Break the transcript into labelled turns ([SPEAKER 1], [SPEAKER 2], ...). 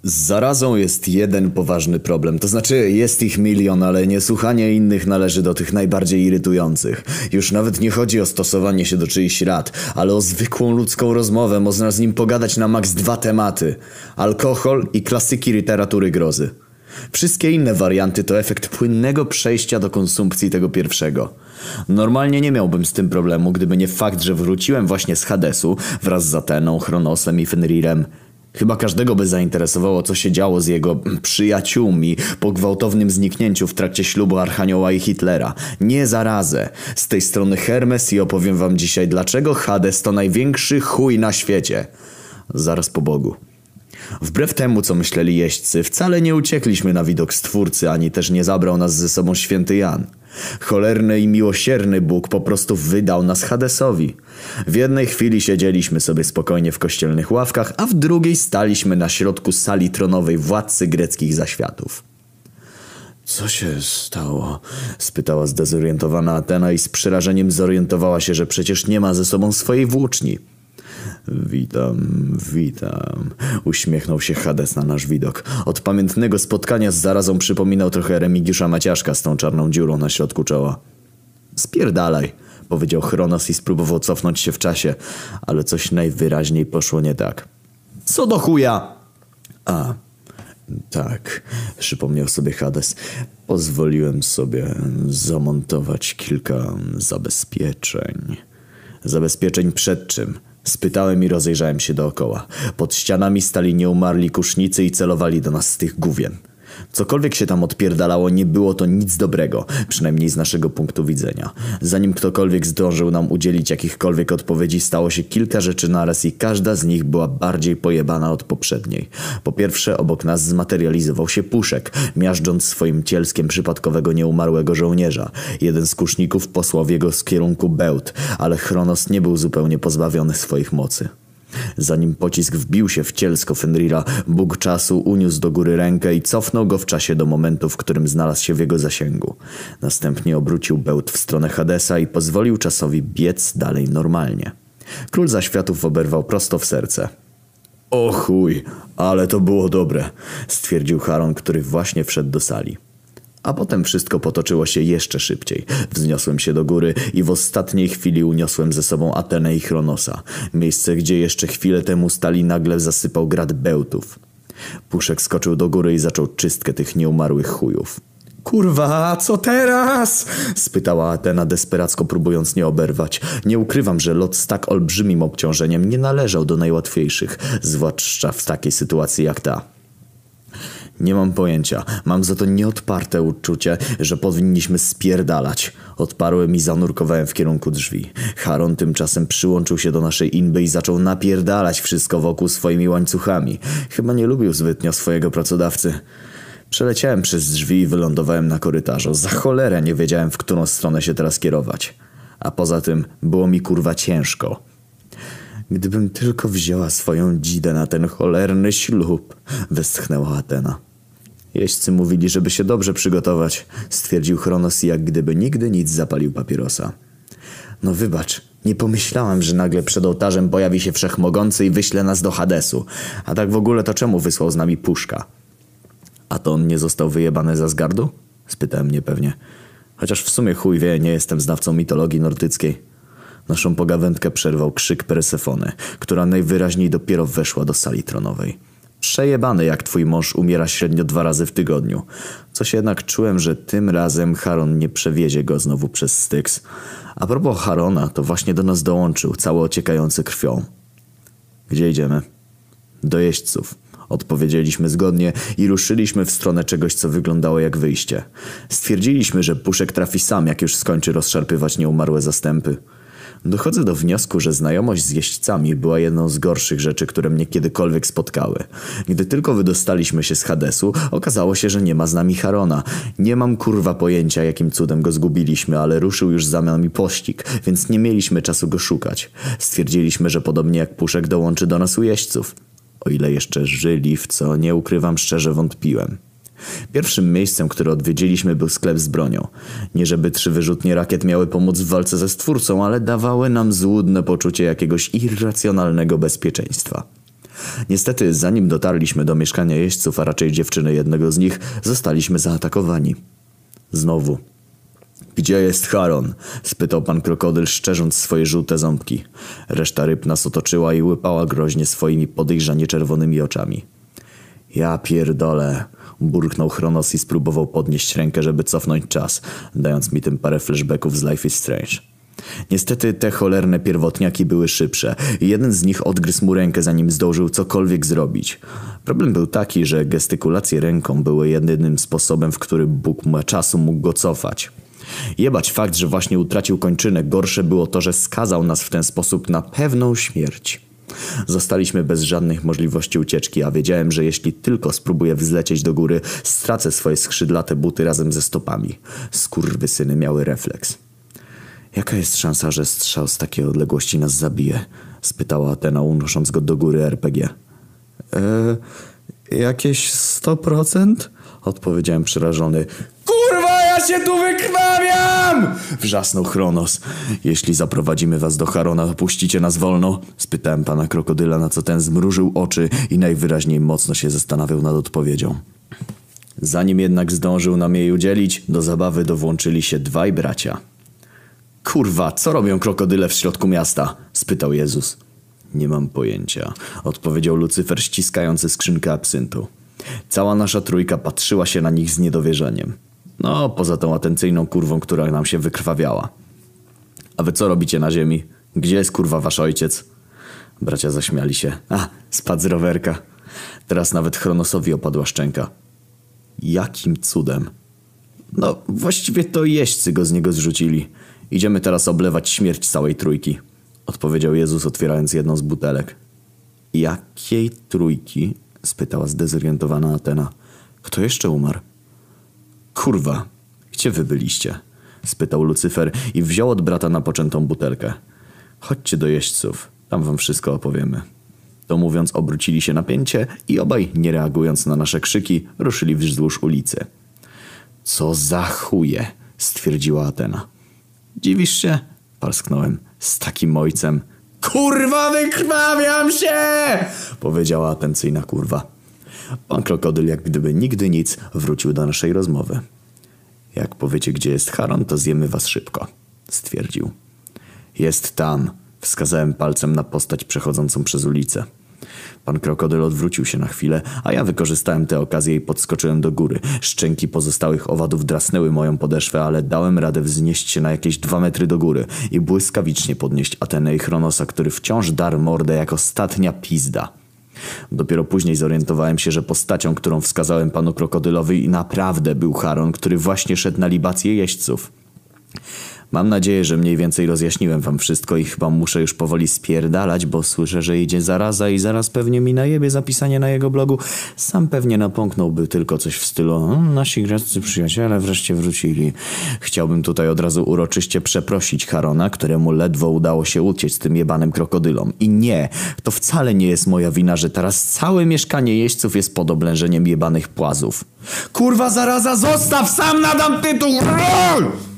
[SPEAKER 1] Z zarazą jest jeden poważny problem, to znaczy jest ich milion, ale niesłuchanie innych należy do tych najbardziej irytujących. Już nawet nie chodzi o stosowanie się do czyichś rad, ale o zwykłą ludzką rozmowę. Można z nim pogadać na maks 2 tematy. Alkohol i klasyki literatury grozy. Wszystkie inne warianty to efekt płynnego przejścia do konsumpcji tego pierwszego. Normalnie nie miałbym z tym problemu, gdyby nie fakt, że wróciłem właśnie z Hadesu wraz z Ateną, Chronosem i Fenrirem. Chyba każdego by zainteresowało, co się działo z jego przyjaciółmi po gwałtownym zniknięciu w trakcie ślubu Archanioła i Hitlera. Nie zarazę. Z tej strony Hermes i opowiem wam dzisiaj, dlaczego Hades to największy chuj na świecie. Zaraz po Bogu. Wbrew temu, co myśleli jeźdźcy, wcale nie uciekliśmy na widok Stwórcy, ani też nie zabrał nas ze sobą święty Jan. Cholerny i miłosierny Bóg po prostu wydał nas Hadesowi. W jednej chwili siedzieliśmy sobie spokojnie w kościelnych ławkach, a w drugiej staliśmy na środku sali tronowej władcy greckich zaświatów. Co się stało? Spytała zdezorientowana Atena i z przerażeniem zorientowała się, że przecież nie ma ze sobą swojej włóczni. Witam. Uśmiechnął się Hades na nasz widok. Od pamiętnego spotkania z zarazą przypominał trochę Remigiusza Maciaszka z tą czarną dziurą na środku czoła. Spierdalaj, powiedział Chronos i spróbował cofnąć się w czasie, ale coś najwyraźniej poszło nie tak. Co do chuja? A, tak, przypomniał sobie Hades. Pozwoliłem sobie zamontować kilka zabezpieczeń. Zabezpieczeń przed czym? Spytałem i rozejrzałem się dookoła. Pod ścianami stali nieumarli kusznicy i celowali do nas z tych gówien. Cokolwiek się tam odpierdalało, nie było to nic dobrego, przynajmniej z naszego punktu widzenia. Zanim ktokolwiek zdążył nam udzielić jakichkolwiek odpowiedzi, stało się kilka rzeczy naraz i każda z nich była bardziej pojebana od poprzedniej. Po pierwsze, obok nas zmaterializował się Puszek, miażdżąc swoim cielskiem przypadkowego nieumarłego żołnierza. Jeden z kuszników posłał w jego kierunku bełt, ale Chronos nie był zupełnie pozbawiony swoich mocy. Zanim pocisk wbił się w cielsko Fenrira, Bóg czasu uniósł do góry rękę i cofnął go w czasie do momentu, w którym znalazł się w jego zasięgu. Następnie obrócił bełt w stronę Hadesa i pozwolił czasowi biec dalej normalnie. Król zaświatów oberwał prosto w serce. O chuj, ale to było dobre, stwierdził Charon, który właśnie wszedł do sali. A potem wszystko potoczyło się jeszcze szybciej. Wzniosłem się do góry i w ostatniej chwili uniosłem ze sobą Atenę i Chronosa. Miejsce, gdzie jeszcze chwilę temu stali, nagle zasypał grad bełtów. Puszek skoczył do góry i zaczął czystkę tych nieumarłych chujów. Kurwa, co teraz? Spytała Atena, desperacko próbując nie oberwać. Nie ukrywam, że lot z tak olbrzymim obciążeniem nie należał do najłatwiejszych, zwłaszcza w takiej sytuacji jak ta. Nie mam pojęcia. Mam za to nieodparte uczucie, że powinniśmy spierdalać. Odparłem i zanurkowałem w kierunku drzwi. Charon tymczasem przyłączył się do naszej inby i zaczął napierdalać wszystko wokół swoimi łańcuchami. Chyba nie lubił zbytnio swojego pracodawcy. Przeleciałem przez drzwi i wylądowałem na korytarzu. Za cholerę nie wiedziałem, w którą stronę się teraz kierować. A poza tym było mi kurwa ciężko. Gdybym tylko wzięła swoją dzidę na ten cholerny ślub, westchnęła Atena. Jeźdźcy mówili, żeby się dobrze przygotować, stwierdził Chronos i jak gdyby nigdy nic zapalił papierosa. No wybacz, nie pomyślałem, że nagle przed ołtarzem pojawi się Wszechmogący i wyśle nas do Hadesu. A tak w ogóle to czemu wysłał z nami Puszka? A to on nie został wyjebany z Asgardu? Spytałem niepewnie. Chociaż w sumie chuj wie, nie jestem znawcą mitologii nordyckiej. Naszą pogawędkę przerwał krzyk Persefony, która najwyraźniej dopiero weszła do sali tronowej. Przejebany, jak twój mąż umiera średnio 2 razy w tygodniu. Coś jednak czułem, że tym razem Charon nie przewiezie go znowu przez Styx. A propos Charona, to właśnie do nas dołączył, cały ociekający krwią. Gdzie idziemy? Do jeźdźców. Odpowiedzieliśmy zgodnie i ruszyliśmy w stronę czegoś, co wyglądało jak wyjście. Stwierdziliśmy, że Puszek trafi sam, jak już skończy rozszarpywać nieumarłe zastępy. Dochodzę do wniosku, że znajomość z jeźdźcami była jedną z gorszych rzeczy, które mnie kiedykolwiek spotkały. Gdy tylko wydostaliśmy się z Hadesu, okazało się, że nie ma z nami Charona. Nie mam kurwa pojęcia, jakim cudem go zgubiliśmy, ale ruszył już za nami pościg, więc nie mieliśmy czasu go szukać. Stwierdziliśmy, że podobnie jak Puszek dołączy do nas u jeźdźców. O ile jeszcze żyli, w co nie ukrywam szczerze wątpiłem. Pierwszym miejscem, które odwiedziliśmy, był sklep z bronią. Nie żeby 3 wyrzutnie rakiet miały pomóc w walce ze Stwórcą, ale dawały nam złudne poczucie jakiegoś irracjonalnego bezpieczeństwa. Niestety, zanim dotarliśmy do mieszkania jeźdźców, a raczej dziewczyny jednego z nich, zostaliśmy zaatakowani. Znowu. Gdzie jest Charon? Spytał pan krokodyl, szczerząc swoje żółte ząbki. Reszta ryb nas otoczyła i łypała groźnie swoimi podejrzanie czerwonymi oczami. Ja pierdolę, burknął Chronos i spróbował podnieść rękę, żeby cofnąć czas, dając mi tym parę flashbacków z Life is Strange. Niestety te cholerne pierwotniaki były szybsze i jeden z nich odgryzł mu rękę, zanim zdążył cokolwiek zrobić. Problem był taki, że gestykulacje ręką były jedynym sposobem, w który Bóg czasu mógł go cofać. Jebać fakt, że właśnie utracił kończynę, gorsze było to, że skazał nas w ten sposób na pewną śmierć. Zostaliśmy bez żadnych możliwości ucieczki, a wiedziałem, że jeśli tylko spróbuję wzlecieć do góry, stracę swoje skrzydlate buty razem ze stopami. Skurwysyny miały refleks. Jaka jest szansa, że strzał z takiej odległości nas zabije? Spytała Atena, unosząc go do góry RPG. Jakieś 100%? Odpowiedziałem przerażony. Kurwa, ja się tu wykrwawiam! Wrzasnął Chronos. Jeśli zaprowadzimy was do Charona, puścicie nas wolno? Spytałem pana krokodyla, na co ten zmrużył oczy i najwyraźniej mocno się zastanawiał nad odpowiedzią. Zanim jednak zdążył nam jej udzielić, do zabawy dowłączyli się dwaj bracia. Kurwa, co robią krokodyle w środku miasta? Spytał Jezus. Nie mam pojęcia, odpowiedział Lucyfer, ściskający skrzynkę absyntu. Cała nasza trójka patrzyła się na nich z niedowierzaniem. No, poza tą atencyjną kurwą, która nam się wykrwawiała. A wy co robicie na ziemi? Gdzie jest kurwa wasz ojciec? Bracia zaśmiali się. Spadł z rowerka. Teraz nawet Chronosowi opadła szczęka. Jakim cudem? No, właściwie to jeźdźcy go z niego zrzucili. Idziemy teraz oblewać śmierć całej trójki, odpowiedział Jezus, otwierając jedną z butelek. Jakiej trójki? Spytała zdezorientowana Atena. Kto jeszcze umarł? Kurwa, gdzie wy byliście? Spytał Lucyfer i wziął od brata napoczętą butelkę. Chodźcie do jeźdźców, tam wam wszystko opowiemy. To mówiąc, obrócili się na pięcie i obaj, nie reagując na nasze krzyki, ruszyli wzdłuż ulicy. Co za chuje, stwierdziła Atena. Dziwisz się? Parsknąłem. Z takim ojcem. Kurwa, wykrwawiam się! Powiedziała atencyjna kurwa. Pan krokodyl, jak gdyby nigdy nic, wrócił do naszej rozmowy. Jak powiecie, gdzie jest Charon, to zjemy was szybko, stwierdził. Jest tam. Wskazałem palcem na postać przechodzącą przez ulicę. Pan krokodyl odwrócił się na chwilę, a ja wykorzystałem tę okazję i podskoczyłem do góry. Szczęki pozostałych owadów drasnęły moją podeszwę, ale dałem radę wznieść się na jakieś 2 metry do góry i błyskawicznie podnieść Atenę i Chronosa, który wciąż darł mordę jak ostatnia pizda. Dopiero później zorientowałem się, że postacią, którą wskazałem panu krokodylowi, naprawdę był Charon, który właśnie szedł na libację jeźdźców. Mam nadzieję, że mniej więcej rozjaśniłem wam wszystko i chyba muszę już powoli spierdalać, bo słyszę, że idzie zaraza i zaraz pewnie mi najebie zapisanie na jego blogu. Sam pewnie napomknąłby tylko coś w stylu nasi greccy przyjaciele wreszcie wrócili. Chciałbym tutaj od razu uroczyście przeprosić Charona, któremu ledwo udało się uciec z tym jebanym krokodylom. I nie, to wcale nie jest moja wina, że teraz całe mieszkanie jeźdźców jest pod oblężeniem jebanych płazów. Kurwa zaraza, zostaw, sam nadam tytuł!